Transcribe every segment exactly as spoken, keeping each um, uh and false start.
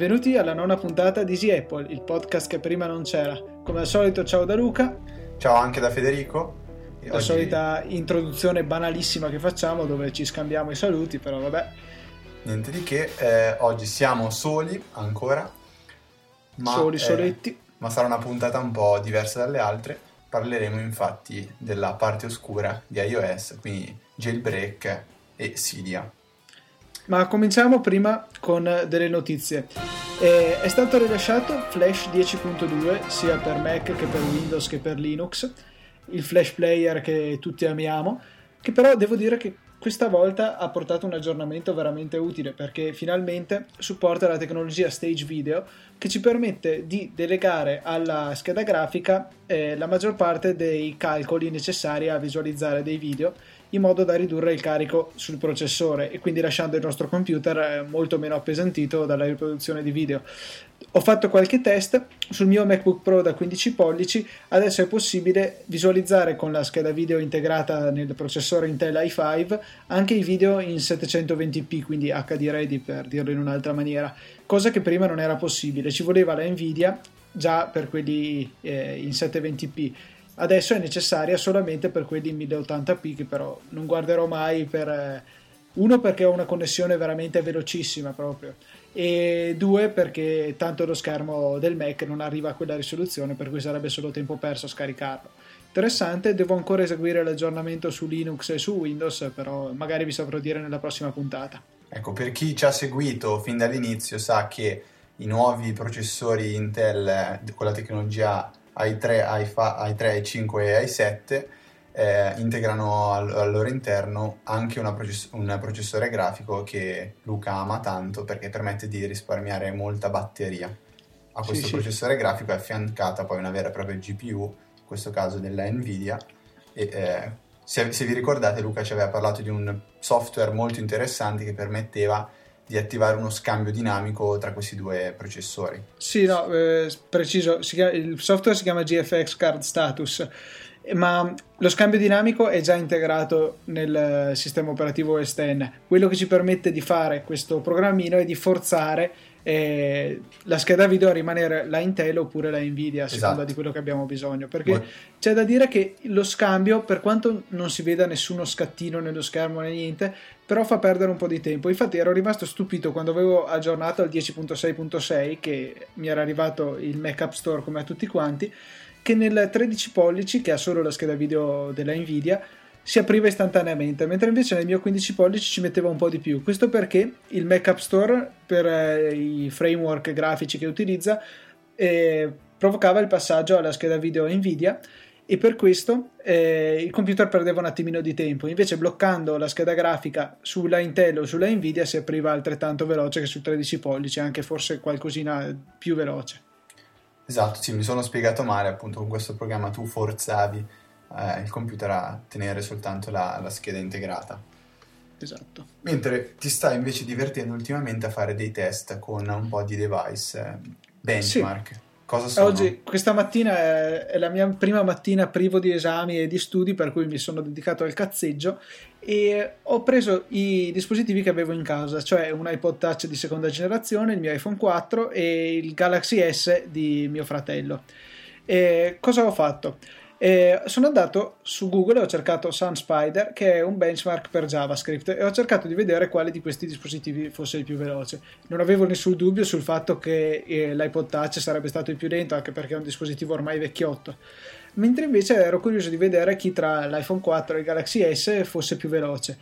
Benvenuti alla nona puntata di Easy Apple, il podcast che prima non c'era. Come al solito, ciao da Luca. Ciao anche da Federico. E la oggi... solita introduzione banalissima che facciamo, dove ci scambiamo i saluti, però vabbè. Niente di che, eh, oggi siamo soli ancora. Ma, soli, soletti. Eh, ma sarà una puntata un po' diversa dalle altre. Parleremo infatti della parte oscura di iOS, quindi jailbreak e Cydia. Ma cominciamo prima con delle notizie. Eh, è stato rilasciato Flash dieci punto due sia per Mac che per Windows che per Linux, il Flash Player che tutti amiamo, che però devo dire che questa volta ha portato un aggiornamento veramente utile, perché finalmente supporta la tecnologia Stage Video, che ci permette di delegare alla scheda grafica eh, la maggior parte dei calcoli necessari a visualizzare dei video, in modo da ridurre il carico sul processore e quindi lasciando il nostro computer molto meno appesantito dalla riproduzione di video. Ho fatto qualche test sul mio MacBook Pro da quindici pollici, adesso è possibile visualizzare con la scheda video integrata nel processore Intel i cinque anche i video in settecentoventi p, quindi acca di ready per dirlo in un'altra maniera, cosa che prima non era possibile, ci voleva la Nvidia già per quelli eh, in settecentoventi p. Adesso è necessaria solamente per quelli in mille ottanta p, che però non guarderò mai, per eh, uno perché ho una connessione veramente velocissima proprio, e due perché tanto lo schermo del Mac non arriva a quella risoluzione, per cui sarebbe solo tempo perso a scaricarlo. Interessante, devo ancora eseguire l'aggiornamento su Linux e su Windows, però magari vi saprò dire nella prossima puntata. Ecco, per chi ci ha seguito fin dall'inizio sa che i nuovi processori Intel con la tecnologia i tre, i tre, i cinque e i sette eh, integrano al, al loro interno anche una process- un processore grafico che Luca ama tanto, perché permette di risparmiare molta batteria. A questo sì, processore sì. grafico è affiancata poi una vera e propria G P U, in questo caso della Nvidia, e eh, se, se vi ricordate Luca ci aveva parlato di un software molto interessante che permetteva di attivare uno scambio dinamico tra questi due processori. Sì, no, eh, preciso, si chiama, il software si chiama G F X Card Status, ma lo scambio dinamico è già integrato nel sistema operativo O S X. Quello che ci permette di fare questo programmino è di forzare eh, la scheda video a rimanere la Intel oppure la Nvidia, a seconda esatto. di quello che abbiamo bisogno, perché Buon. c'è da dire che lo scambio, per quanto non si veda nessuno scattino nello schermo né niente, però fa perdere un po' di tempo. Infatti ero rimasto stupito quando avevo aggiornato al dieci punto sei punto sei, che mi era arrivato il Mac App Store come a tutti quanti, che nel tredici pollici, che ha solo la scheda video della Nvidia, si apriva istantaneamente, mentre invece nel mio quindici pollici ci metteva un po' di più. Questo perché il Mac App Store, per eh, i framework grafici che utilizza, eh, provocava il passaggio alla scheda video Nvidia, e per questo eh, il computer perdeva un attimino di tempo. Invece bloccando la scheda grafica sulla Intel o sulla Nvidia si apriva altrettanto veloce che sul tredici pollici, anche forse qualcosina più veloce. Esatto, sì, mi sono spiegato male, appunto con questo programma tu forzavi eh, il computer a tenere soltanto la, la scheda integrata. Esatto. Mentre ti stai invece divertendo ultimamente a fare dei test con un po' di device eh, benchmark. Sì. Cosa sono? Oggi, questa mattina è, è la mia prima mattina privo di esami e di studi, per cui mi sono dedicato al cazzeggio e ho preso i dispositivi che avevo in casa, cioè un iPod Touch di seconda generazione, il mio iPhone quattro e il Galaxy S di mio fratello. E cosa ho fatto? E sono andato su Google e ho cercato SunSpider, che è un benchmark per JavaScript, e ho cercato di vedere quale di questi dispositivi fosse il più veloce. Non avevo nessun dubbio sul fatto che eh, l'iPod Touch sarebbe stato il più lento, anche perché è un dispositivo ormai vecchiotto, mentre invece ero curioso di vedere chi tra l'iPhone quattro e il Galaxy S fosse più veloce,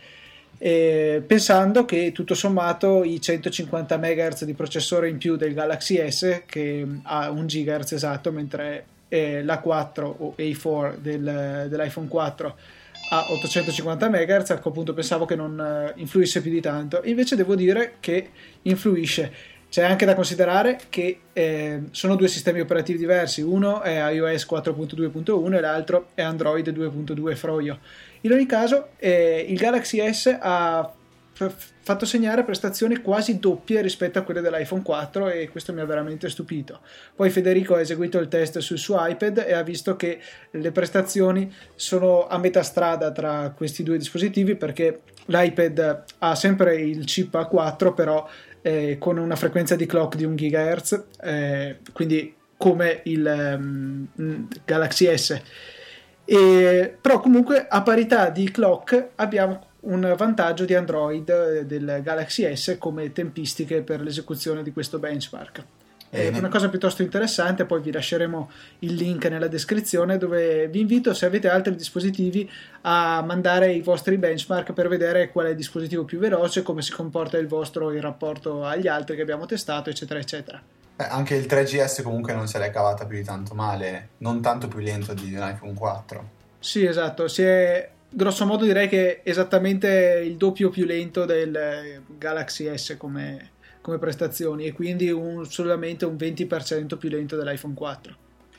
e pensando che tutto sommato i centocinquanta megahertz di processore in più del Galaxy S, che ha un gigahertz esatto, mentre E l'A quattro o A quattro del, dell'iPhone quattro a ottocentocinquanta megahertz, ecco, appunto pensavo che non influisse più di tanto. Invece devo dire che influisce. C'è anche da considerare che eh, sono due sistemi operativi diversi, uno è iOS quattro punto due punto uno e l'altro è Android due punto due Froio. In ogni caso eh, il Galaxy S ha fatto segnare prestazioni quasi doppie rispetto a quelle dell'iPhone quattro, e questo mi ha veramente stupito. Poi Federico ha eseguito il test sul suo iPad e ha visto che le prestazioni sono a metà strada tra questi due dispositivi, perché l'iPad ha sempre il chip A quattro, però eh, con una frequenza di clock di un gigahertz, eh, quindi come il um, Galaxy S. E, però comunque a parità di clock abbiamo un vantaggio di Android del Galaxy S come tempistiche per l'esecuzione di questo benchmark. È una cosa piuttosto interessante, poi vi lasceremo il link nella descrizione, dove vi invito, se avete altri dispositivi, a mandare i vostri benchmark per vedere qual è il dispositivo più veloce, come si comporta il vostro in rapporto agli altri che abbiamo testato, eccetera eccetera. Eh, anche il tre G S comunque non se l'è cavata più di tanto male, non tanto più lento di un iPhone quattro. Sì, esatto, si è, grosso modo direi che è esattamente il doppio più lento del Galaxy S come come prestazioni, e quindi un, solamente un venti per cento più lento dell'iPhone quattro.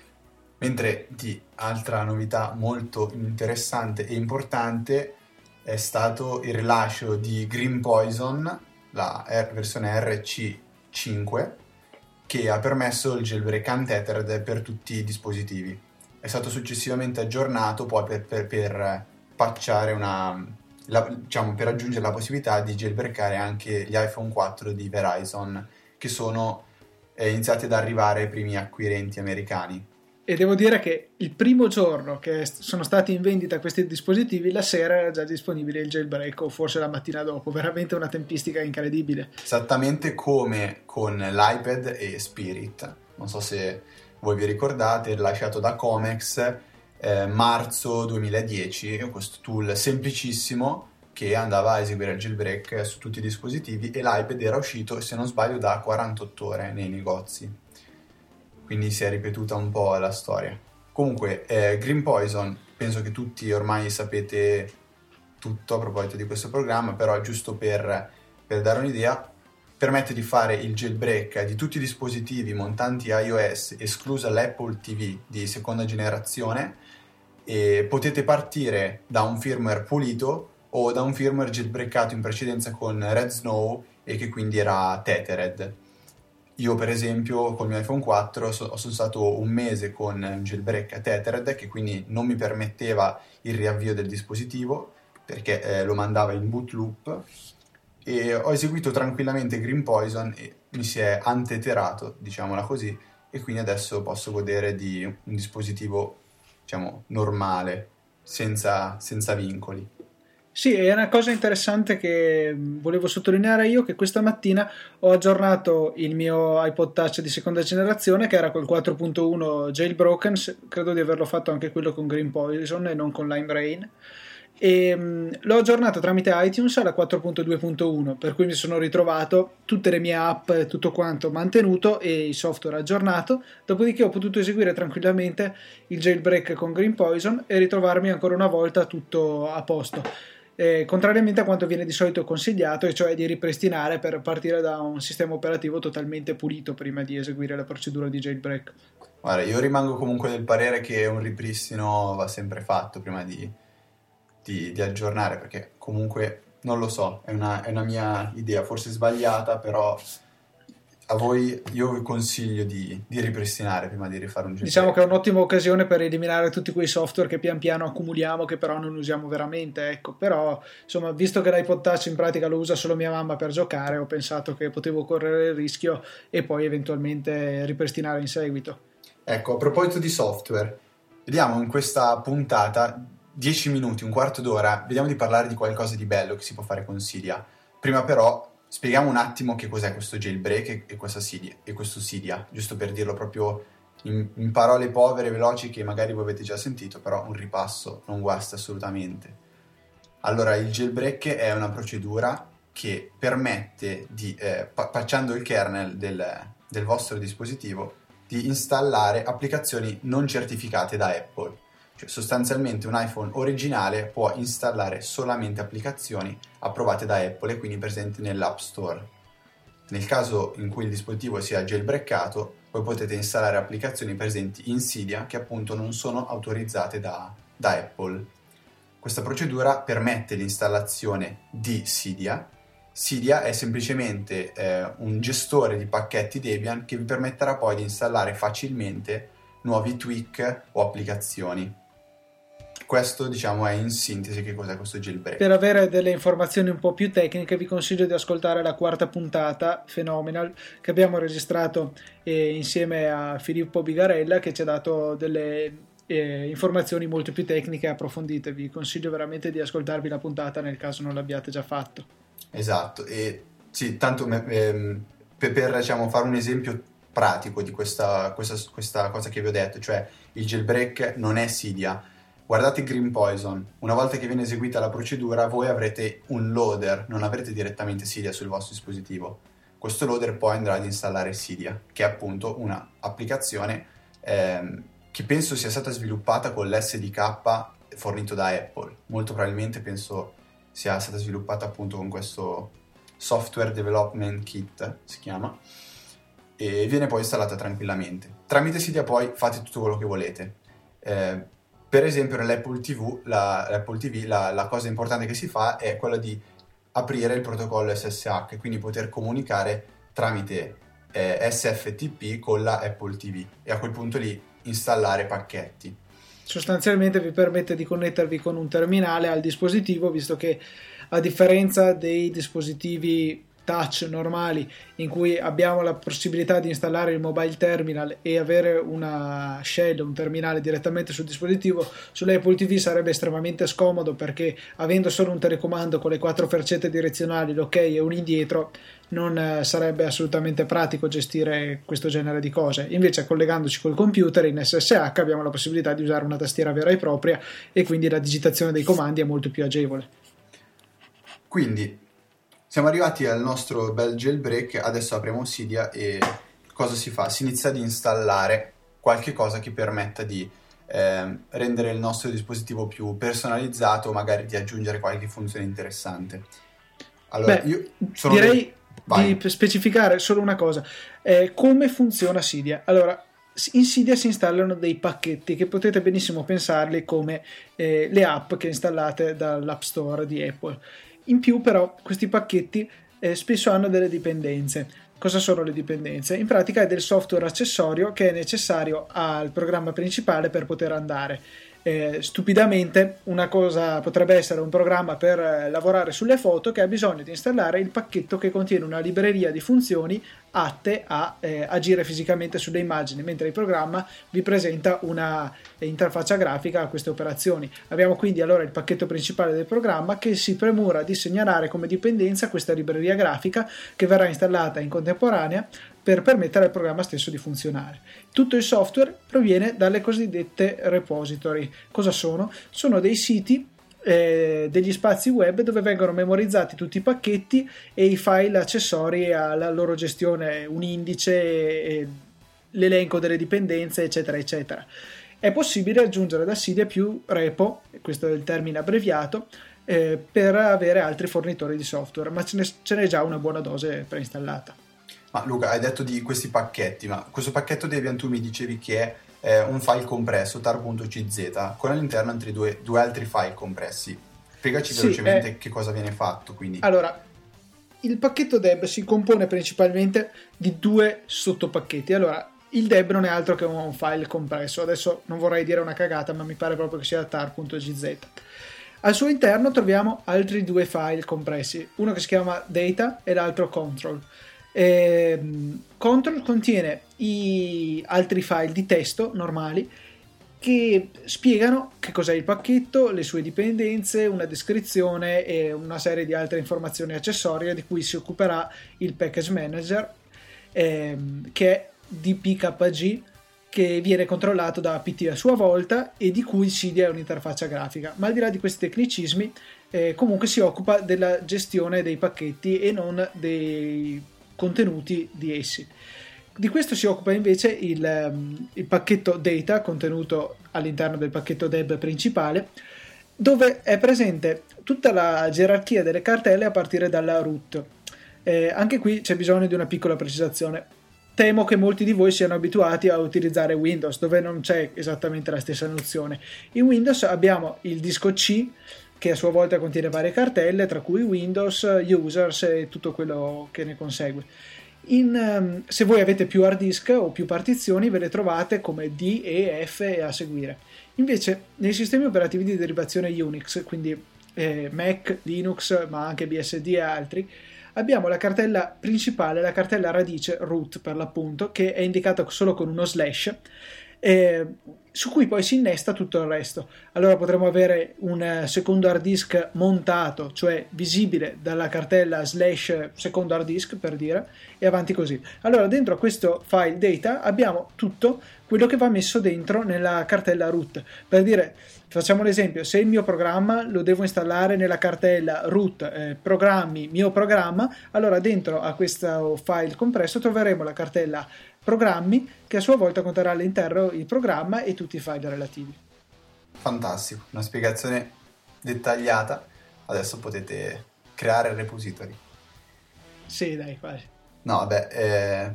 Mentre di altra novità molto interessante e importante è stato il rilascio di Green Poison, la R- versione R C cinque, che ha permesso il jailbreak untethered per tutti i dispositivi. È stato successivamente aggiornato poi per, per, per patchare una... La, diciamo, per aggiungere la possibilità di jailbreakare anche gli iPhone quattro di Verizon, che sono eh, iniziati ad arrivare ai primi acquirenti americani. E devo dire che il primo giorno che sono stati in vendita questi dispositivi, la sera era già disponibile il jailbreak, o forse la mattina dopo. Veramente una tempistica incredibile. Esattamente come con l'iPad e Spirit. Non so se voi vi ricordate, rilasciato da Comex Eh, marzo duemiladieci, questo tool semplicissimo che andava a eseguire il jailbreak su tutti i dispositivi, e l'iPad era uscito, se non sbaglio, da quarantotto ore nei negozi, quindi si è ripetuta un po' la storia. Comunque eh, Green Poison, penso che tutti ormai sapete tutto a proposito di questo programma, però giusto per, per dare un'idea, permette di fare il jailbreak di tutti i dispositivi montanti iOS, esclusa l'Apple T V di seconda generazione, e potete partire da un firmware pulito o da un firmware jailbreakato in precedenza con Red Snow e che quindi era tethered. Io per esempio col mio iPhone quattro so, sono stato un mese con un jailbreak tethered, che quindi non mi permetteva il riavvio del dispositivo perché eh, lo mandava in boot loop, e ho eseguito tranquillamente Green Poison e mi si è anteterato, diciamola così, e quindi adesso posso godere di un dispositivo, diciamo, normale, senza, senza vincoli. Sì, è una cosa interessante che volevo sottolineare io, che questa mattina ho aggiornato il mio iPod Touch di seconda generazione, che era col quattro punto uno jailbroken, credo di averlo fatto anche quello con Green Poison e non con Lime Rain, e mh, l'ho aggiornato tramite iTunes alla quattro punto due punto uno, per cui mi sono ritrovato tutte le mie app, tutto quanto mantenuto e il software aggiornato, dopodiché ho potuto eseguire tranquillamente il jailbreak con Green Poison e ritrovarmi ancora una volta tutto a posto, eh, contrariamente a quanto viene di solito consigliato, e cioè di ripristinare per partire da un sistema operativo totalmente pulito prima di eseguire la procedura di jailbreak. Guarda, io rimango comunque del parere che un ripristino va sempre fatto prima di Di, di aggiornare, perché comunque non lo so, è una, è una mia idea, forse sbagliata, però a voi io vi consiglio di, di ripristinare prima di rifare un gioco. Diciamo che è un'ottima occasione per eliminare tutti quei software che pian piano accumuliamo, che però non usiamo veramente, ecco. Però insomma, visto che l'iPod Touch in pratica lo usa solo mia mamma per giocare, ho pensato che potevo correre il rischio e poi eventualmente ripristinare in seguito. Ecco, a proposito di software, vediamo in questa puntata dieci minuti, un quarto d'ora, vediamo di parlare di qualcosa di bello che si può fare con Cydia. Prima però spieghiamo un attimo che cos'è questo jailbreak e, questa Cydia, e questo Cydia, giusto per dirlo proprio in, in parole povere e veloci che magari voi avete già sentito, però un ripasso non guasta assolutamente. Allora, il jailbreak è una procedura che permette di, eh, patchando il kernel del, del vostro dispositivo, di installare applicazioni non certificate da Apple. Cioè, sostanzialmente un iPhone originale può installare solamente applicazioni approvate da Apple e quindi presenti nell'App Store. Nel caso in cui il dispositivo sia jailbreakato, voi potete installare applicazioni presenti in Cydia che appunto non sono autorizzate da, da Apple. Questa procedura permette l'installazione di Cydia. Cydia è semplicemente eh, un gestore di pacchetti Debian che vi permetterà poi di installare facilmente nuovi tweak o applicazioni. questo, diciamo, è in sintesi che cos'è questo jailbreak. Per avere delle informazioni un po' più tecniche vi consiglio di ascoltare la quarta puntata, Phenomenal, che abbiamo registrato eh, insieme a Filippo Bigarella, che ci ha dato delle eh, informazioni molto più tecniche e approfondite. Vi consiglio veramente di ascoltarvi la puntata nel caso non l'abbiate già fatto. Esatto, e sì, tanto ehm, per, per diciamo, fare un esempio pratico di questa, questa, questa cosa che vi ho detto, cioè il jailbreak non è Cydia. Guardate Green Poison, una volta che viene eseguita la procedura voi avrete un loader, non avrete direttamente Cydia sul vostro dispositivo. Questo loader poi andrà ad installare Cydia, che è appunto un'applicazione ehm, che penso sia stata sviluppata con l'S D K fornito da Apple. Molto probabilmente penso sia stata sviluppata appunto con questo Software Development Kit, si chiama, e viene poi installata tranquillamente. Tramite Cydia poi fate tutto quello che volete. Eh, per esempio nell'Apple T V, la, l'Apple T V la, la cosa importante che si fa è quella di aprire il protocollo S S H, quindi poter comunicare tramite eh, S F T P con la Apple T V e a quel punto lì installare pacchetti. Sostanzialmente vi permette di connettervi con un terminale al dispositivo, visto che a differenza dei dispositivi touch normali in cui abbiamo la possibilità di installare il mobile terminal e avere una shell, un terminale direttamente sul dispositivo, sull'Apple T V sarebbe estremamente scomodo, perché avendo solo un telecomando con le quattro freccette direzionali, l'ok e un indietro, non sarebbe assolutamente pratico gestire questo genere di cose. Invece collegandoci col computer in S S H abbiamo la possibilità di usare una tastiera vera e propria e quindi la digitazione dei comandi è molto più agevole. Quindi siamo arrivati al nostro bel jailbreak, adesso apriamo Cydia e cosa si fa? Si inizia ad installare qualche cosa che permetta di eh, rendere il nostro dispositivo più personalizzato, magari di aggiungere qualche funzione interessante. Allora, Beh, io sono direi dei... di specificare solo una cosa. Eh, come funziona Cydia? Allora, in Cydia si installano dei pacchetti che potete benissimo pensarli come eh, le app che installate dall'App Store di Apple. In più però questi pacchetti eh, spesso hanno delle dipendenze. Cosa sono le dipendenze? In pratica è del software accessorio che è necessario al programma principale per poter andare. Eh, stupidamente una cosa potrebbe essere un programma per eh, lavorare sulle foto che ha bisogno di installare il pacchetto che contiene una libreria di funzioni atte a eh, agire fisicamente sulle immagini, mentre il programma vi presenta una eh, interfaccia grafica a queste operazioni. Abbiamo quindi allora il pacchetto principale del programma che si premura di segnalare come dipendenza questa libreria grafica che verrà installata in contemporanea per permettere al programma stesso di funzionare. Tutto il software proviene dalle cosiddette repository. Cosa sono? Sono dei siti, eh, degli spazi web dove vengono memorizzati tutti i pacchetti e i file accessori alla loro gestione, un indice, e l'elenco delle dipendenze, eccetera, eccetera. È possibile aggiungere da Cydia più repo, questo è il termine abbreviato, eh, per avere altri fornitori di software, ma ce n'è, ce n'è già una buona dose preinstallata. Ma Luca, hai detto di questi pacchetti, ma questo pacchetto Debian tu mi dicevi che è eh, un file compresso tar.cz con all'interno altri due, due altri file compressi. Spiegaci Sì, velocemente eh, che cosa viene fatto. Quindi. Allora, il pacchetto deb si compone principalmente di due sottopacchetti. Allora, il deb non è altro che un file compresso. Adesso non vorrei dire una cagata, ma mi pare proprio che sia tar.gz. Al suo interno troviamo altri due file compressi, uno che si chiama data e l'altro control. Eh, control contiene i altri file di testo normali che spiegano che cos'è il pacchetto, le sue dipendenze, una descrizione e una serie di altre informazioni accessorie di cui si occuperà il package manager, ehm, che è D P K G, che viene controllato da A P T a sua volta e di cui Cydia è un'interfaccia grafica. Ma al di là di questi tecnicismi, eh, comunque si occupa della gestione dei pacchetti e non dei contenuti di essi. Di questo si occupa invece il, um, il pacchetto data contenuto all'interno del pacchetto deb principale, dove è presente tutta la gerarchia delle cartelle a partire dalla root. Eh, anche qui c'è bisogno di una piccola precisazione. Temo che molti di voi siano abituati a utilizzare Windows, dove non c'è esattamente la stessa nozione. In Windows abbiamo il disco C, che a sua volta contiene varie cartelle, tra cui Windows, Users e tutto quello che ne consegue. In, um, se voi avete più hard disk o più partizioni, ve le trovate come D, E, F e a seguire. Invece nei sistemi operativi di derivazione Unix, quindi eh, Mac, Linux, ma anche B S D e altri, abbiamo la cartella principale, la cartella radice root per l'appunto, che è indicata solo con uno slash, eh, su cui poi si innesta tutto il resto. Allora potremo avere un secondo hard disk montato, cioè visibile dalla cartella slash secondo hard disk, per dire, e avanti così. Allora dentro a questo file data abbiamo tutto quello che va messo dentro nella cartella root. Per dire, facciamo l'esempio, se il mio programma lo devo installare nella cartella root eh, programmi mio programma, allora dentro a questo file compresso troveremo la cartella programmi, che a sua volta conterrà all'interno il programma e tutti i file relativi. Fantastico, una spiegazione dettagliata. Adesso potete creare il repository. Sì, dai, quasi. No, vabbè, eh...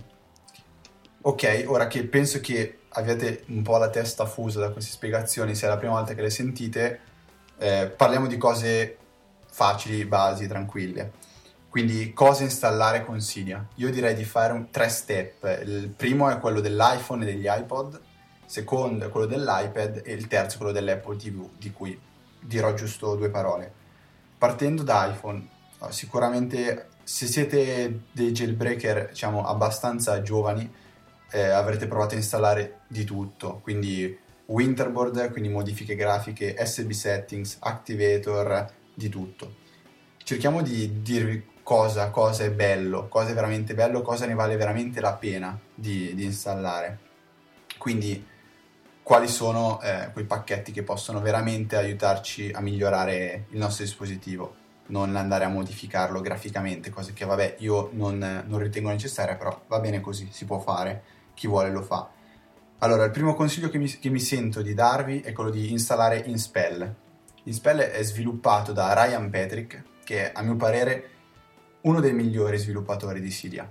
ok, ora che penso che abbiate un po' la testa fusa da queste spiegazioni, se è la prima volta che le sentite, eh, parliamo di cose facili, basi, tranquille. Quindi cosa installare con Cydia? Io direi di fare un, tre step. Il primo è quello dell'iPhone e degli iPod, il secondo è quello dell'iPad e il terzo è quello dell'Apple ti vu, di cui dirò giusto due parole. Partendo da iPhone, sicuramente se siete dei jailbreaker, diciamo, abbastanza giovani, eh, avrete provato a installare di tutto, quindi Winterboard, quindi modifiche grafiche, S B settings, Activator, di tutto. Cerchiamo di dirvi cosa, cosa è bello, cosa è veramente bello, cosa ne vale veramente la pena di, di installare. Quindi quali sono eh, quei pacchetti che possono veramente aiutarci a migliorare il nostro dispositivo, non andare a modificarlo graficamente, cose che vabbè io non, non ritengo necessaria, però va bene così, si può fare, chi vuole lo fa. Allora, il primo consiglio che mi, che mi sento di darvi è quello di installare Inspell. Inspell è sviluppato da Ryan Patrick, che è, a mio parere, uno dei migliori sviluppatori di Cydia.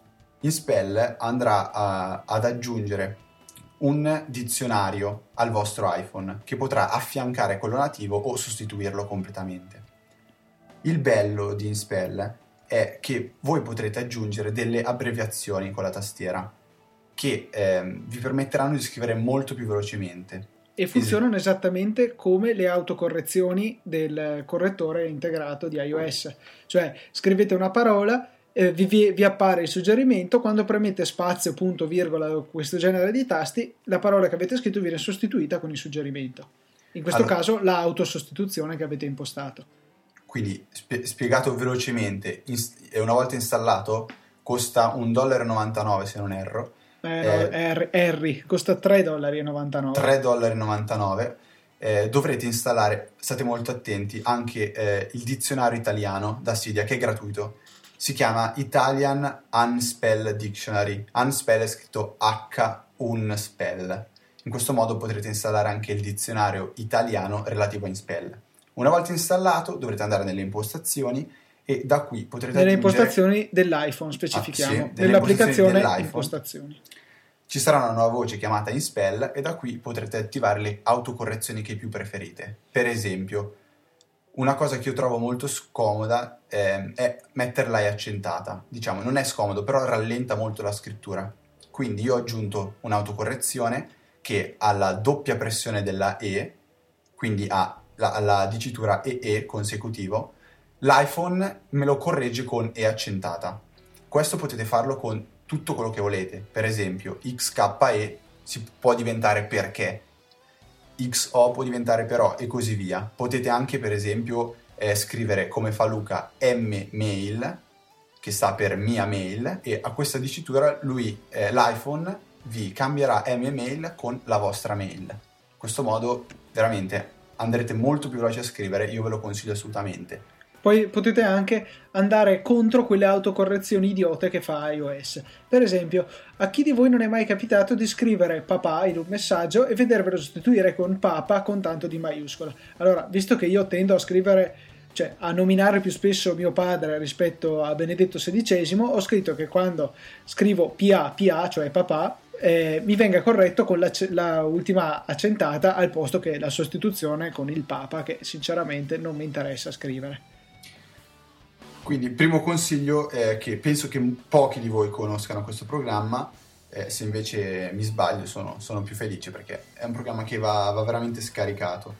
Inspell andrà a, ad aggiungere un dizionario al vostro iPhone che potrà affiancare quello nativo o sostituirlo completamente. Il bello di Inspell è che voi potrete aggiungere delle abbreviazioni con la tastiera che eh, vi permetteranno di scrivere molto più velocemente. E funzionano es- esattamente come le autocorrezioni del correttore integrato di iOS. Cioè, scrivete una parola, eh, vi, vi appare il suggerimento, quando premete spazio, punto, virgola o questo genere di tasti, la parola che avete scritto viene sostituita con il suggerimento. In questo allora, caso l'autosostituzione che avete impostato. Quindi, spie- spiegato velocemente, inst- una volta installato costa un dollaro e novantanove se non erro. Eh, no, eh, Harry costa tre dollari e novantanove. tre dollari e novantanove. Eh, dovrete installare, state molto attenti, anche eh, il dizionario italiano da Cydia, che è gratuito. Si chiama Italian Unspell Dictionary. Unspell è scritto H un spell. In questo modo potrete installare anche il dizionario italiano relativo a Inspell. Una volta installato dovrete andare nelle impostazioni e da qui potrete nelle aggiungere... impostazioni dell'iPhone, specifichiamo, ah, sì, nell'applicazione impostazioni impostazioni. Ci sarà una nuova voce chiamata Inspell e da qui potrete attivare le autocorrezioni che più preferite. Per esempio, una cosa che io trovo molto scomoda eh, è metterla e accentata. Diciamo, non è scomodo, però rallenta molto la scrittura. Quindi io ho aggiunto un'autocorrezione che ha la doppia pressione della E, quindi ha la, la dicitura E E consecutivo. L'iPhone me lo corregge con E accentata. Questo potete farlo con tutto quello che volete. Per esempio, X K E si può diventare perché, X O può diventare però e così via. Potete anche, per esempio, eh, scrivere come fa Luca M mail, che sta per mia mail, e a questa dicitura lui, eh, l'iPhone vi cambierà M mail con la vostra mail. In questo modo veramente andrete molto più veloci a scrivere, io ve lo consiglio assolutamente. Poi potete anche andare contro quelle autocorrezioni idiote che fa iOS. Per esempio, a chi di voi non è mai capitato di scrivere papà in un messaggio e vedervelo sostituire con papa con tanto di maiuscola? Allora, visto che io tendo a scrivere, cioè a nominare più spesso mio padre rispetto a Benedetto sedicesimo, ho scritto che quando scrivo P A, P A, cioè papà, eh, mi venga corretto con la, la ultima accentata al posto che la sostituzione con il papa, che sinceramente non mi interessa scrivere. Quindi il primo consiglio è che penso che pochi di voi conoscano questo programma, eh, se invece mi sbaglio sono, sono più felice perché è un programma che va, va veramente scaricato.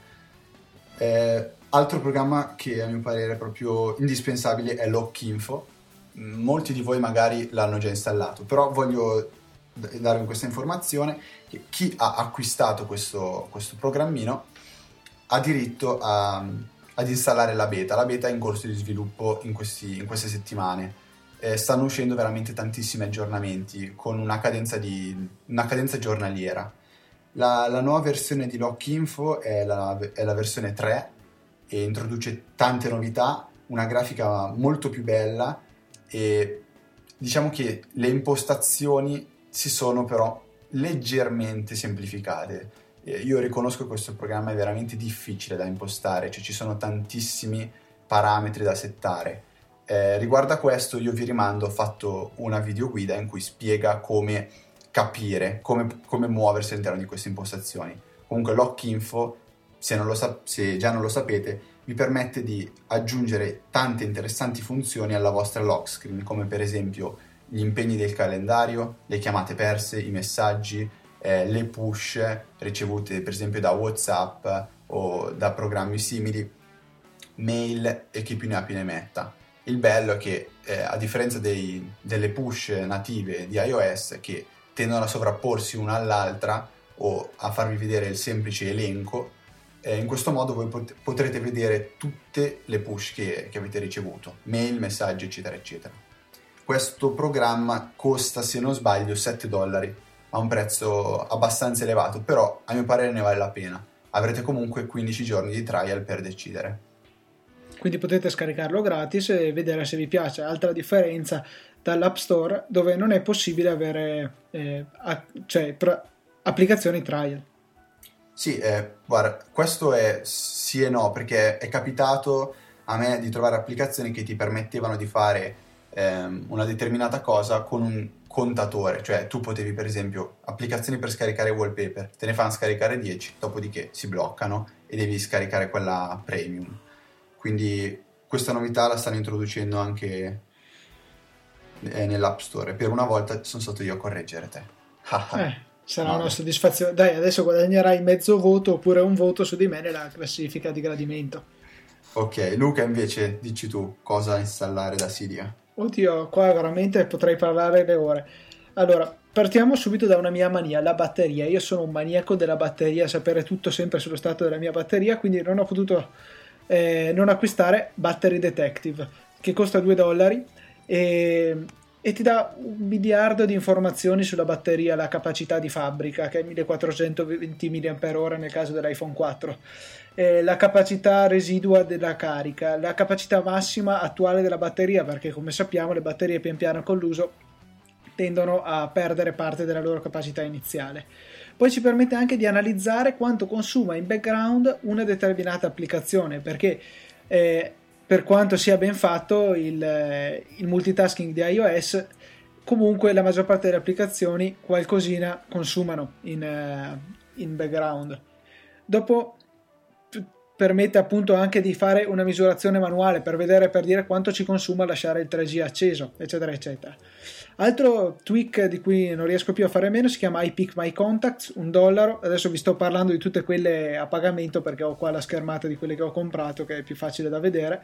Eh, altro programma che a mio parere è proprio indispensabile è Lockinfo. Molti di voi magari l'hanno già installato, però voglio darvi questa informazione che chi ha acquistato questo, questo programmino ha diritto a, ad installare la beta. La beta è in corso di sviluppo in, questi, in queste settimane. Eh, stanno uscendo veramente tantissimi aggiornamenti con una cadenza, di, una cadenza giornaliera. La, la nuova versione di Lockinfo è la, è la versione tre e introduce tante novità, una grafica molto più bella e diciamo che le impostazioni si sono però leggermente semplificate. Io riconosco che questo programma è veramente difficile da impostare, cioè ci sono tantissimi parametri da settare. Eh, riguardo a questo io vi rimando, ho fatto una videoguida in cui spiega come capire, come, come muoversi all'interno di queste impostazioni. Comunque Lockinfo, se, non lo sa- se già non lo sapete, vi permette di aggiungere tante interessanti funzioni alla vostra lock screen, come per esempio gli impegni del calendario, le chiamate perse, i messaggi, eh, le push ricevute per esempio da WhatsApp o da programmi simili, mail e chi più ne ha più ne metta. Il bello è che eh, a differenza dei, delle push native di iOS che tendono a sovrapporsi una all'altra o a farvi vedere il semplice elenco, eh, in questo modo voi pot- potrete vedere tutte le push che, che avete ricevuto, mail, messaggi eccetera eccetera. Questo programma costa, se non sbaglio, sette dollari, a un prezzo abbastanza elevato, però a mio parere ne vale la pena. Avrete comunque quindici giorni di trial per decidere. Quindi potete scaricarlo gratis e vedere se vi piace. Altra differenza dall'App Store, dove non è possibile avere eh, a, cioè, pr- applicazioni trial. Sì, eh, guarda, questo è sì e no, perché è capitato a me di trovare applicazioni che ti permettevano di fare ehm, una determinata cosa con un contatore, cioè tu potevi per esempio applicazioni per scaricare wallpaper, te ne fanno scaricare dieci, dopodiché si bloccano e devi scaricare quella premium. Quindi questa novità la stanno introducendo anche eh, nell'App Store. Per una volta sono stato io a correggere te. eh, sarà no. una soddisfazione. Dai, adesso guadagnerai mezzo voto oppure un voto su di me nella classifica di gradimento. Ok, Luca invece dici tu cosa installare da Cydia. Oddio, qua veramente potrei parlare le ore. Allora, partiamo subito da una mia mania, la batteria. Io sono un maniaco della batteria, sapere tutto sempre sullo stato della mia batteria, quindi non ho potuto eh, non acquistare Battery Detective, che costa due dollari e, e ti dà un miliardo di informazioni sulla batteria, la capacità di fabbrica, che è millequattrocentoventi milliamperi orari nel caso dell'iPhone quattro. Eh, la capacità residua della carica, la capacità massima attuale della batteria, perché come sappiamo le batterie pian piano con l'uso tendono a perdere parte della loro capacità iniziale. Poi ci permette anche di analizzare quanto consuma in background una determinata applicazione, perché eh, per quanto sia ben fatto il, il multitasking di iOS, comunque la maggior parte delle applicazioni qualcosina consumano in, uh, in background. Dopo permette appunto anche di fare una misurazione manuale per vedere, per dire quanto ci consuma lasciare il tre G acceso, eccetera eccetera. Altro tweak di cui non riesco più a fare meno si chiama I Pick My Contacts, un dollaro. Adesso vi sto parlando di tutte quelle a pagamento perché ho qua la schermata di quelle che ho comprato, che è più facile da vedere,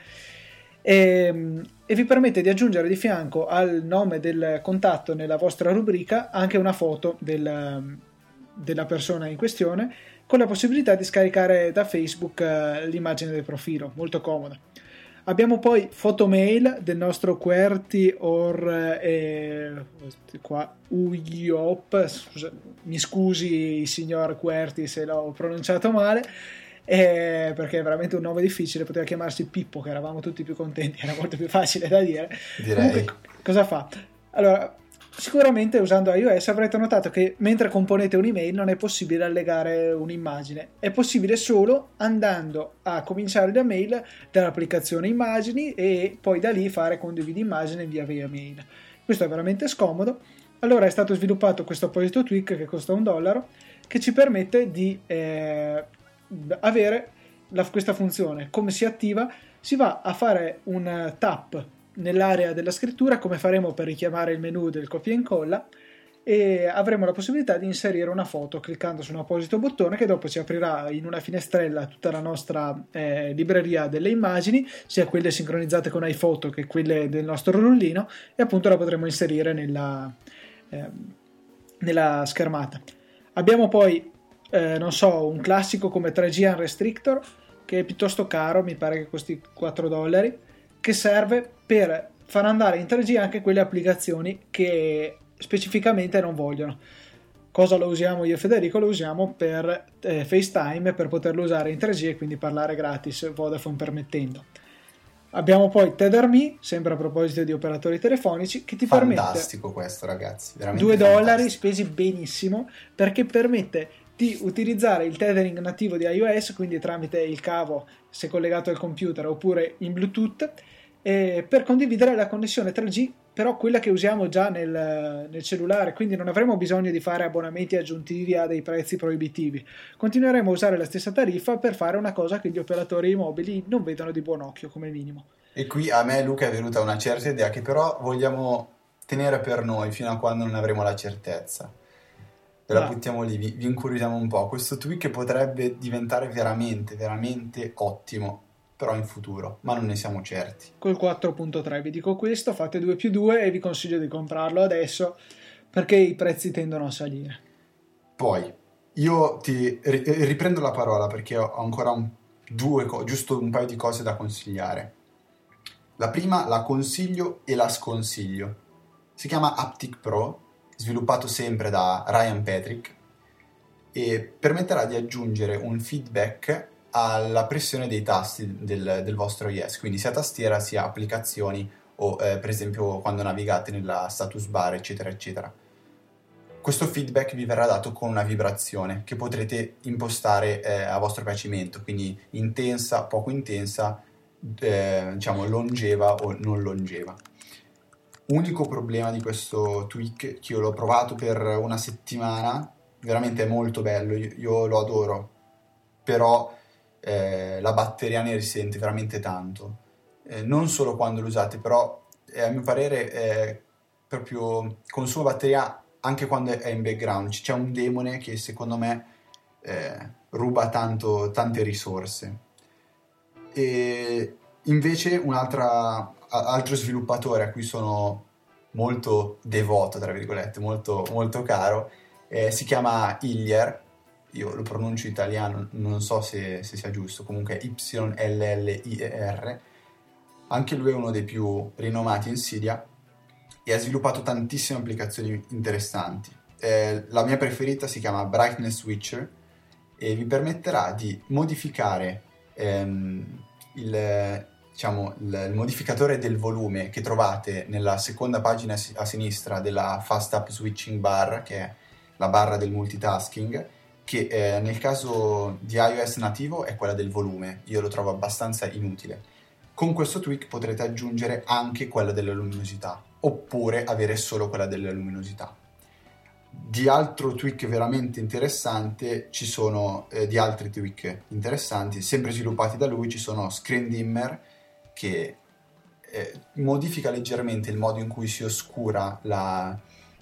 e, e vi permette di aggiungere di fianco al nome del contatto nella vostra rubrica anche una foto del, della persona in questione, con la possibilità di scaricare da Facebook uh, l'immagine del profilo, molto comoda. Abbiamo poi Photomail del nostro QWERTY or eh, qua Uyop, scusa, mi scusi signor QWERTY se l'ho pronunciato male, eh, perché è veramente un nome difficile, poteva chiamarsi Pippo, che eravamo tutti più contenti, era molto più facile da dire. Direi. Comunque, cosa fa? Allora, sicuramente usando iOS avrete notato che mentre componete un'email non è possibile allegare un'immagine, è possibile solo andando a cominciare la mail dall'applicazione immagini e poi da lì fare condividi immagine via via mail. Questo è veramente scomodo. Allora è stato sviluppato questo apposito tweak che costa un dollaro, che ci permette di eh, avere la, questa funzione. Come si attiva? Si va a fare un tap nell'area della scrittura, come faremo per richiamare il menu del copia e incolla, e avremo la possibilità di inserire una foto cliccando su un apposito bottone che dopo ci aprirà in una finestrella tutta la nostra eh, libreria delle immagini, sia quelle sincronizzate con iPhoto che quelle del nostro rullino, e appunto la potremo inserire nella, eh, nella schermata. Abbiamo poi eh, non so, un classico come tre G Unrestrictor, che è piuttosto caro, mi pare che costi quattro dollari, che serve per far andare in tre G anche quelle applicazioni che specificamente non vogliono. Cosa lo usiamo io e Federico? Lo usiamo per eh, FaceTime, per poterlo usare in tre G e quindi parlare gratis, Vodafone permettendo. Abbiamo poi TetherMe, sempre a proposito di operatori telefonici, che ti fantastico permette... Fantastico questo, ragazzi, veramente due dollari fantastico. spesi benissimo, perché permette di utilizzare il tethering nativo di iOS, quindi tramite il cavo se collegato al computer oppure in Bluetooth, eh, per condividere la connessione tre G, però quella che usiamo già nel, nel cellulare, quindi non avremo bisogno di fare abbonamenti aggiuntivi a dei prezzi proibitivi. Continueremo a usare la stessa tariffa per fare una cosa che gli operatori mobili non vedono di buon occhio come minimo. E qui a me, Luca, è venuta una certa idea che però vogliamo tenere per noi fino a quando non avremo la certezza. Ve la Ah. buttiamo lì, vi, vi incuriosiamo un po'. Questo tweak potrebbe diventare veramente, veramente ottimo, però in futuro, ma non ne siamo certi. Col quattro punto tre vi dico questo, fate due più due e vi consiglio di comprarlo adesso perché i prezzi tendono a salire. Poi, io ti ri- riprendo la parola perché ho ancora un, due co- giusto un paio di cose da consigliare. La prima la consiglio e la sconsiglio. Si chiama Haptic Pro, sviluppato sempre da Ryan Patrick, e permetterà di aggiungere un feedback alla pressione dei tasti del, del vostro iOS, quindi sia tastiera sia applicazioni o eh, per esempio quando navigate nella status bar, eccetera eccetera. Questo feedback vi verrà dato con una vibrazione che potrete impostare eh, a vostro piacimento, quindi intensa, poco intensa, eh, diciamo longeva o non longeva. Unico problema di questo tweak, che io l'ho provato per una settimana, veramente è molto bello, io, io lo adoro, però eh, la batteria ne risente veramente tanto, eh, non solo quando lo usate, però eh, a mio parere eh, proprio consuma batteria anche quando è in background. C'è un demone che secondo me eh, ruba tanto, tante risorse. E invece un altro sviluppatore a cui sono molto devoto, tra virgolette, molto, molto caro, eh, si chiama Illier. Io lo pronuncio italiano, non so se, se sia giusto, comunque Y L L I E R. Anche lui è uno dei più rinomati in Cydia e ha sviluppato tantissime applicazioni interessanti. Eh, la mia preferita si chiama Brightness Switcher e vi permetterà di modificare ehm, il, diciamo, il, il modificatore del volume che trovate nella seconda pagina a sinistra della Fast Up Switching Bar, che è la barra del multitasking, che eh, nel caso di iOS nativo è quella del volume. Io lo trovo abbastanza inutile. Con questo tweak potrete aggiungere anche quella della luminosità, oppure avere solo quella della luminosità. Di altro tweak veramente interessante ci sono, eh, di altri tweak interessanti, sempre sviluppati da lui, ci sono Screen Dimmer, che eh, modifica leggermente il modo in cui si oscura la...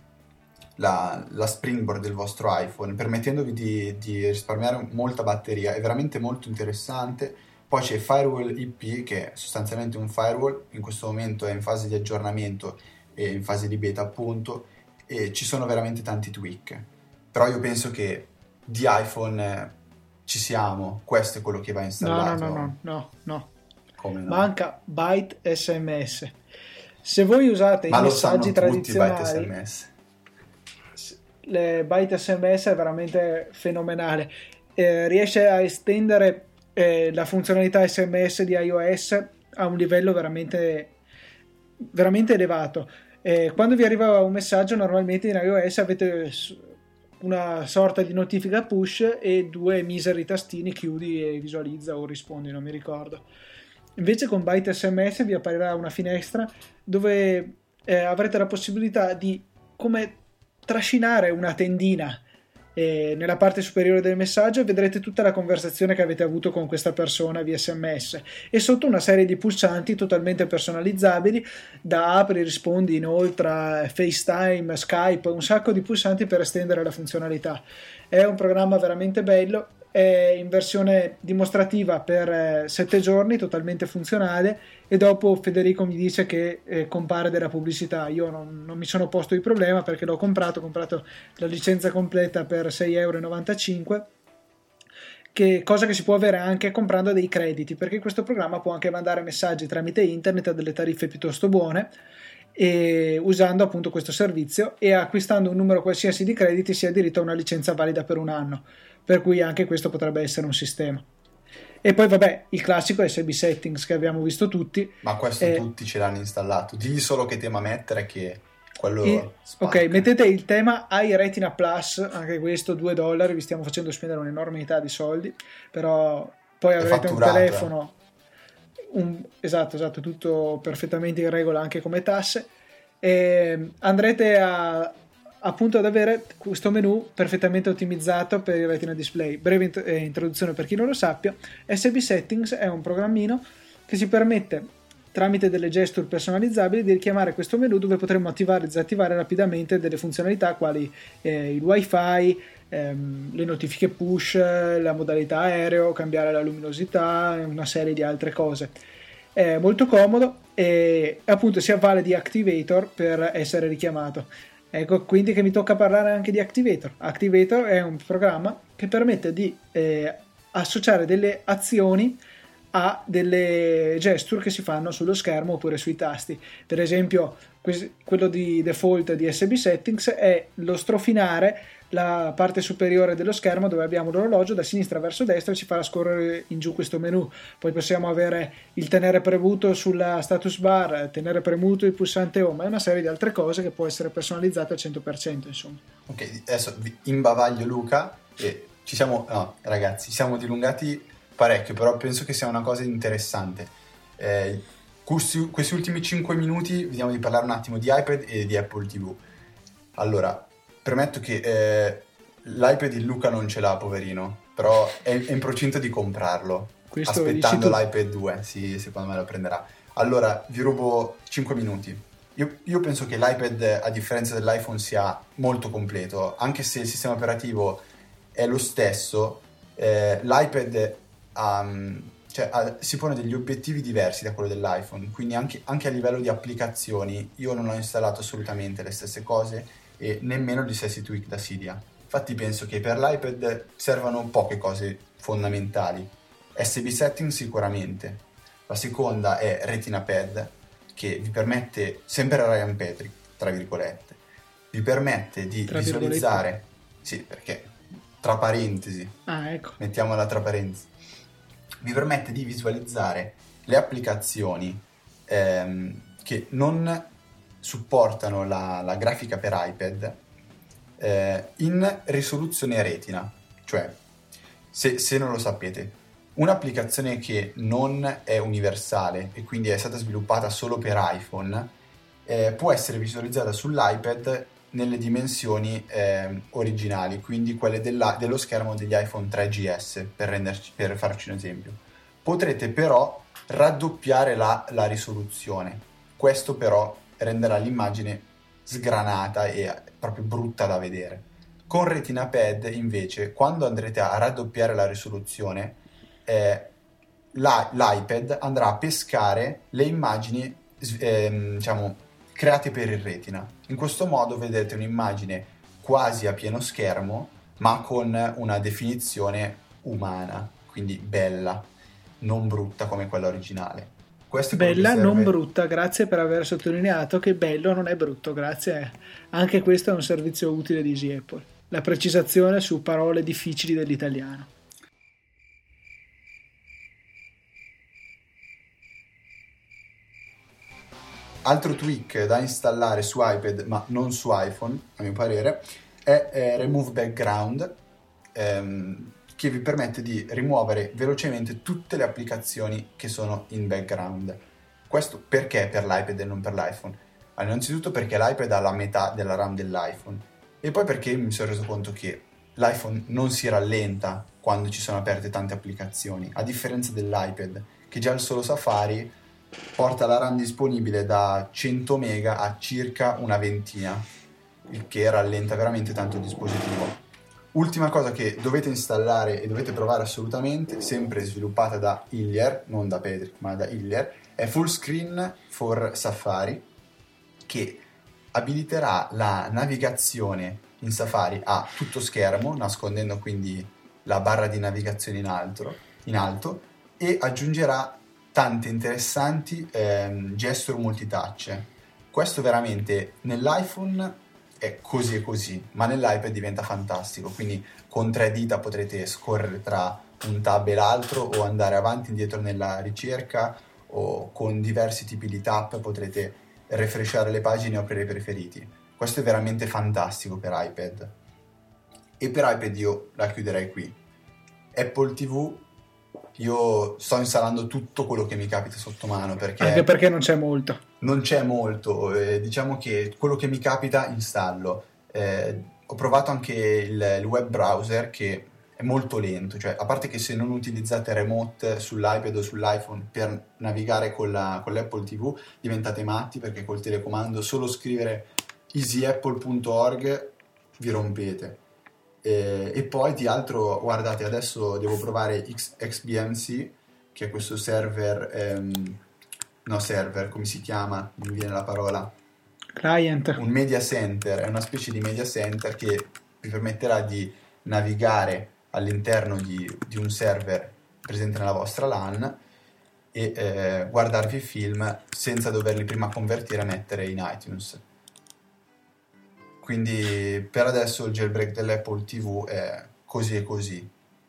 La, la springboard del vostro iPhone, permettendovi di, di risparmiare molta batteria. È veramente molto interessante. Poi c'è Firewall I P, che è sostanzialmente un firewall, in questo momento è in fase di aggiornamento e in fase di beta appunto, e ci sono veramente tanti tweak, però io penso che di iPhone eh, ci siamo, questo è quello che va installato. No, no, no, no, no. Come no? Manca Byte S M S. Se voi usate Ma i lo messaggi sanno tutti tradizionali, Byte S M S. le Byte S M S è veramente fenomenale, eh, riesce a estendere eh, la funzionalità S M S di iOS a un livello veramente veramente elevato. Eh, quando vi arriva un messaggio, normalmente in iOS avete una sorta di notifica push e due miseri tastini, chiudi e visualizza o rispondi, non mi ricordo. Invece con Byte S M S vi apparirà una finestra dove eh, avrete la possibilità di, come trascinare una tendina E nella parte superiore del messaggio vedrete tutta la conversazione che avete avuto con questa persona via sms e sotto una serie di pulsanti totalmente personalizzabili da apri, rispondi, inoltre, FaceTime, Skype, un sacco di pulsanti per estendere la funzionalità. È un programma veramente bello, è in versione dimostrativa per sette giorni, totalmente funzionale, e dopo Federico mi dice che eh, compare della pubblicità. Io non, non mi sono posto il problema perché l'ho comprato, ho comprato la licenza completa per sei virgola novantacinque euro, che cosa che si può avere anche comprando dei crediti, perché questo programma può anche mandare messaggi tramite internet a delle tariffe piuttosto buone, e usando appunto questo servizio, e acquistando un numero qualsiasi di crediti si ha diritto a una licenza valida per un anno, per cui anche questo potrebbe essere un sistema. E poi vabbè, il classico S B Settings che abbiamo visto tutti. Ma questo eh, tutti ce l'hanno installato. Digli solo che tema mettere, che quello e, ok, mettete il tema iRetina Plus, anche questo due dollari, vi stiamo facendo spendere un'enormità di soldi, però poi avrete un telefono un, esatto, esatto, tutto perfettamente in regola anche come tasse, e andrete a appunto ad avere questo menu perfettamente ottimizzato per il Retina Display. Breve int- eh, introduzione per chi non lo sappia: S B Settings è un programmino che ci permette, tramite delle gesture personalizzabili, di richiamare questo menu dove potremo attivare e disattivare rapidamente delle funzionalità quali eh, il wifi, ehm, le notifiche push, la modalità aereo, cambiare la luminosità e una serie di altre cose. È molto comodo e appunto si avvale di Activator per essere richiamato. Ecco quindi che mi tocca parlare anche di Activator. Activator è un programma che permette di eh, associare delle azioni a delle gesture che si fanno sullo schermo oppure sui tasti. Per esempio, quello di default di S B Settings è lo strofinare la parte superiore dello schermo dove abbiamo l'orologio, da sinistra verso destra, e ci farà scorrere in giù questo menu. Poi possiamo avere il tenere premuto sulla status bar, tenere premuto il pulsante home e una serie di altre cose che può essere personalizzate al cento per cento, insomma. Ok, adesso imbavaglio Luca e ci siamo, no ragazzi, ci siamo dilungati parecchio, però penso che sia una cosa interessante. Eh, questi, questi ultimi cinque minuti vediamo di parlare un attimo di iPad e di Apple tivù. Allora, premetto che eh, l'iPad il Luca non ce l'ha, poverino, però è, è in procinto di comprarlo. Questo aspettando l'iPad due, sì, secondo me lo prenderà. Allora, vi rubo cinque minuti. Io, io penso che l'iPad, a differenza dell'iPhone, sia molto completo, anche se il sistema operativo è lo stesso. Eh, l'iPad um, cioè, ha, si pone degli obiettivi diversi da quello dell'iPhone, quindi anche, anche a livello di applicazioni io non ho installato assolutamente le stesse cose e nemmeno gli stessi tweak da Cydia. Infatti penso che per l'iPad servano poche cose fondamentali. S B Settings sicuramente. La seconda è Retina Pad, che vi permette, sempre Ryan Patrick, tra virgolette, vi permette di tra visualizzare, sì, perché tra parentesi, ah, ecco. mettiamola tra parentesi, vi permette di visualizzare le applicazioni ehm, che non supportano la, la grafica per iPad eh, in risoluzione retina. Cioè, se, se non lo sapete, un'applicazione che non è universale e quindi è stata sviluppata solo per iPhone eh, può essere visualizzata sull'iPad nelle dimensioni eh, originali, quindi quelle della, dello schermo degli iPhone tre G S, per, renderci, per farci un esempio. Potrete però raddoppiare la, la risoluzione. Questo però renderà l'immagine sgranata e proprio brutta da vedere. Con Retina Pad invece, quando andrete a raddoppiare la risoluzione, eh, la, l'iPad andrà a pescare le immagini eh, diciamo create per il Retina. In questo modo vedete un'immagine quasi a pieno schermo, ma con una definizione umana, quindi bella, non brutta come quella originale. Questo bella, non brutta, grazie per aver sottolineato che bello non è brutto, grazie. Anche questo è un servizio utile di Easy Apple. La precisazione su parole difficili dell'italiano. Altro tweak da installare su iPad, ma non su iPhone, a mio parere, è eh, Remove Background, ehm, che vi permette di rimuovere velocemente tutte le applicazioni che sono in background. Questo perché per l'iPad e non per l'iPhone? Allora, innanzitutto perché l'iPad ha la metà della RAM dell'iPhone, e poi perché mi sono reso conto che l'iPhone non si rallenta quando ci sono aperte tante applicazioni, a differenza dell'iPad, che già il solo Safari porta la RAM disponibile da cento mega a circa una ventina, il che rallenta veramente tanto il dispositivo. Ultima cosa che dovete installare e dovete provare assolutamente, sempre sviluppata da Illier, non da Pedrick ma da Illier, è Fullscreen for Safari, che abiliterà la navigazione in Safari a tutto schermo, nascondendo quindi la barra di navigazione in alto, in alto e aggiungerà tante interessanti ehm, gesture multitouch. Questo veramente nell'iPhone è così e così, ma nell'iPad diventa fantastico, quindi con tre dita potrete scorrere tra un tab e l'altro o andare avanti e indietro nella ricerca, o con diversi tipi di tap potrete refreshare le pagine o aprire i preferiti. Questo è veramente fantastico per iPad. E per iPad io la chiuderei qui. Apple tivù, io sto installando tutto quello che mi capita sotto mano, perché anche perché non c'è molto. Non c'è molto, eh, diciamo che quello che mi capita installo. Eh, ho provato anche il, il web browser, che è molto lento, cioè a parte che se non utilizzate remote sull'iPad o sull'iPhone per navigare con, la, con l'Apple tivù diventate matti, perché col telecomando solo scrivere easy apple punto org vi rompete. Eh, e poi di altro, guardate, adesso devo provare X, X B M C, che è questo server, ehm, no server, come si chiama? Non mi viene la parola. Client. Un media center, è una specie di media center che vi permetterà di navigare all'interno di, di un server presente nella vostra LAN e eh, guardarvi film senza doverli prima convertire e mettere in iTunes. Quindi per adesso il jailbreak dell'Apple tivù è così e così.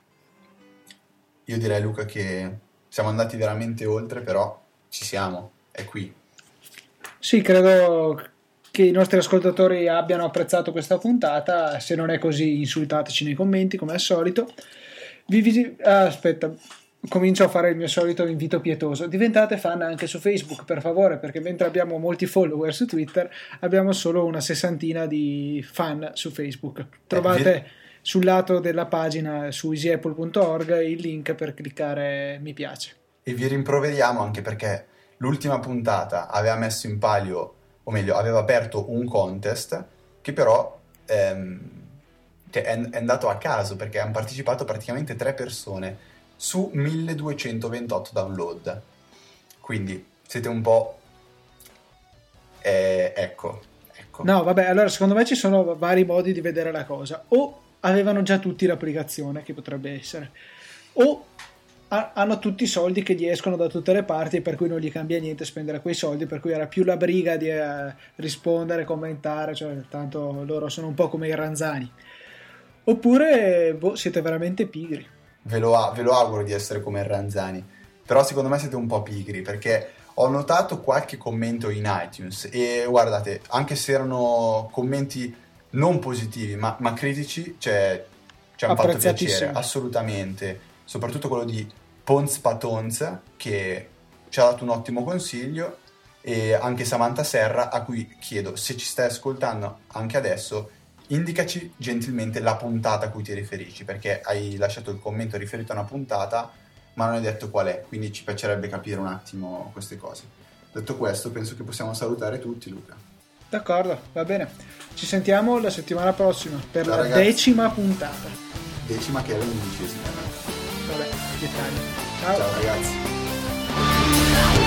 Io direi, Luca, che siamo andati veramente oltre, però ci siamo, è qui. Sì, credo che i nostri ascoltatori abbiano apprezzato questa puntata. Se non è così, insultateci nei commenti come al solito. Vi visi- ah, aspetta, comincio a fare il mio solito invito pietoso: diventate fan anche su Facebook, per favore, perché mentre abbiamo molti follower su Twitter abbiamo solo una sessantina di fan su Facebook. Trovate eh, sul lato della pagina su easy apple punto org il link per cliccare mi piace. E vi rimproveriamo anche perché l'ultima puntata aveva messo in palio, o meglio aveva aperto un contest che però ehm, è, è andato a caso, perché hanno partecipato praticamente tre persone su milleduecentoventotto download. Quindi siete un po' eh, ecco, ecco. No, vabbè, allora secondo me ci sono vari modi di vedere la cosa. O avevano già tutti l'applicazione, che potrebbe essere, o ha, hanno tutti i soldi che gli escono da tutte le parti, per cui non gli cambia niente spendere quei soldi, per cui era più la briga di eh, rispondere, commentare, cioè tanto loro sono un po' come i ranzani. Oppure boh, siete veramente pigri. Ve lo, ve lo auguro di essere come il Ranzani, però secondo me siete un po' pigri, perché ho notato qualche commento in iTunes e guardate, anche se erano commenti non positivi ma, ma critici, cioè ci hanno fatto piacere, assolutamente, soprattutto quello di Pons Patons, che ci ha dato un ottimo consiglio, e anche Samantha Serra, a cui chiedo, se ci stai ascoltando anche adesso, indicaci gentilmente la puntata a cui ti riferisci, perché hai lasciato il commento riferito a una puntata ma non hai detto qual è, quindi ci piacerebbe capire un attimo queste cose. Detto questo, penso che possiamo salutare tutti, Luca. D'accordo, va bene, ci sentiamo la settimana prossima per Ciao, la ragazzi. decima puntata. Decima che è l'undicesima. Vabbè, dettagli. Ciao. Ciao ragazzi.